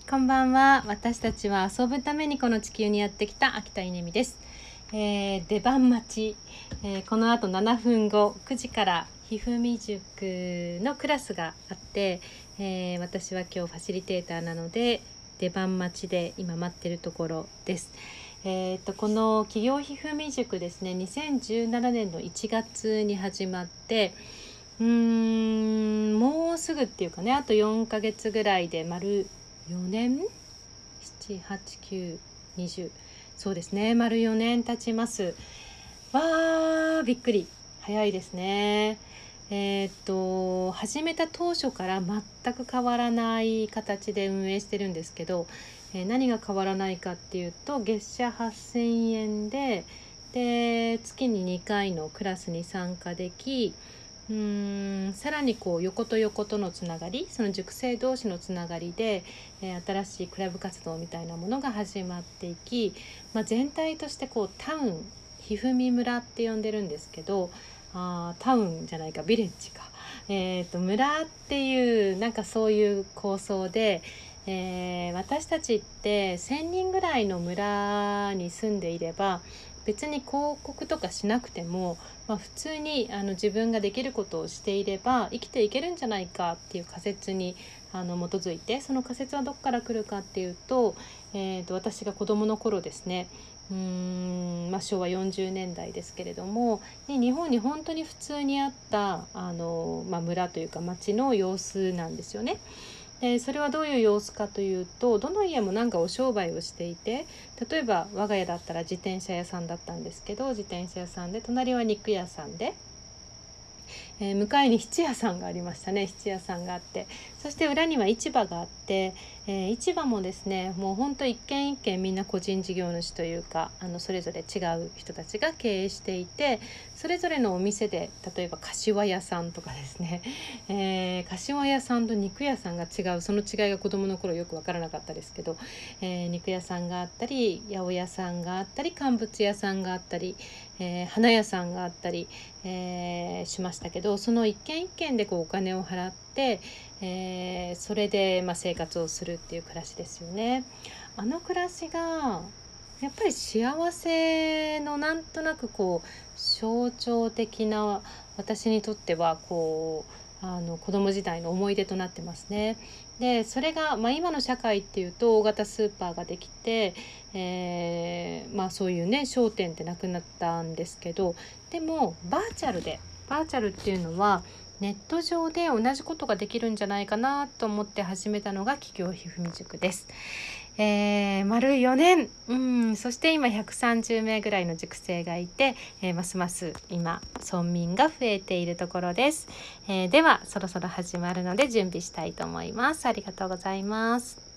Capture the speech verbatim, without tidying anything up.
こんばんは。私たちは遊ぶためにこの地球にやってきた秋田稲美です。えー、出番待ち、えー、この後ななふんごくじからひふみ塾のクラスがあって、えー、私は今日ファシリテーターなので出番待ちで今待ってるところです。えー、とこの企業ひふみ塾ですね、にせんじゅうななねんのいちがつに始まって、うーんもうすぐっていうかね、あとよんかげつぐらいで丸よねん ?なな、はち、きゅう、にじゅう、そうですね、丸よねん経ちます。わー、びっくり、早いですね。えー、っと始めた当初から全く変わらない形で運営してるんですけど、えー、何が変わらないかっていうと、月謝はっせんえんでで月ににかいのクラスに参加でき、うーんさらにこう横と横とのつながり、その塾生同士のつながりで、えー、新しいクラブ活動みたいなものが始まっていき、まあ、全体としてこうタウンひふみ村って呼んでるんですけど、あタウンじゃないかビレッジか、えー、と村っていうなんかそういう構想で、えー、私たちってせんにんぐらいの村に住んでいれば別に広告とかしなくても、まあ、普通にあの自分ができることをしていれば生きていけるんじゃないかっていう仮説にあの基づいて、その仮説はどこから来るかっていうと、えー、と私が子どもの頃ですね、うーん、まあ、しょうわよんじゅうねんだいですけれども、ね、日本に本当に普通にあったあの、まあ、村というか町の様子なんですよね。でそれはどういう様子かというと、どの家もなんかお商売をしていて、例えば我が家だったら自転車屋さんだったんですけど、自転車屋さんで、隣は肉屋さんで、えー、向かいに質屋さんがありましたね。質屋さんがあって、そして裏には市場があって、えー、市場もですね、もうほんと一軒一軒みんな個人事業主というか、あのそれぞれ違う人たちが経営していて、それぞれのお店で、例えば柏屋さんとかですね、えー、柏屋さんと肉屋さんが違う、その違いが子どもの頃よく分からなかったですけど、えー、肉屋さんがあったり、八百屋さんがあったり、乾物屋さんがあったり、えー、花屋さんがあったり、えー、しましたけど、その一軒一軒でこうお金を払って、えー、それでまあ生活をするっていう暮らしですよね。あの暮らしがやっぱり幸せのなんとなくこう象徴的な、私にとってはこうあの子供時代の思い出となってますね。でそれが、まあ、今の社会っていうと大型スーパーができて、えーまあ、そういうね商店ってなくなったんですけど、でもバーチャルでバーチャルっていうのはネット上で同じことができるんじゃないかなと思って始めたのが企業ひふみ塾です。えー、丸よねん、うん、そして今ひゃくさんじゅうめいぐらいの塾生がいて、えー、ますます今村民が増えているところです。えー、ではそろそろ始まるので準備したいと思います。ありがとうございます。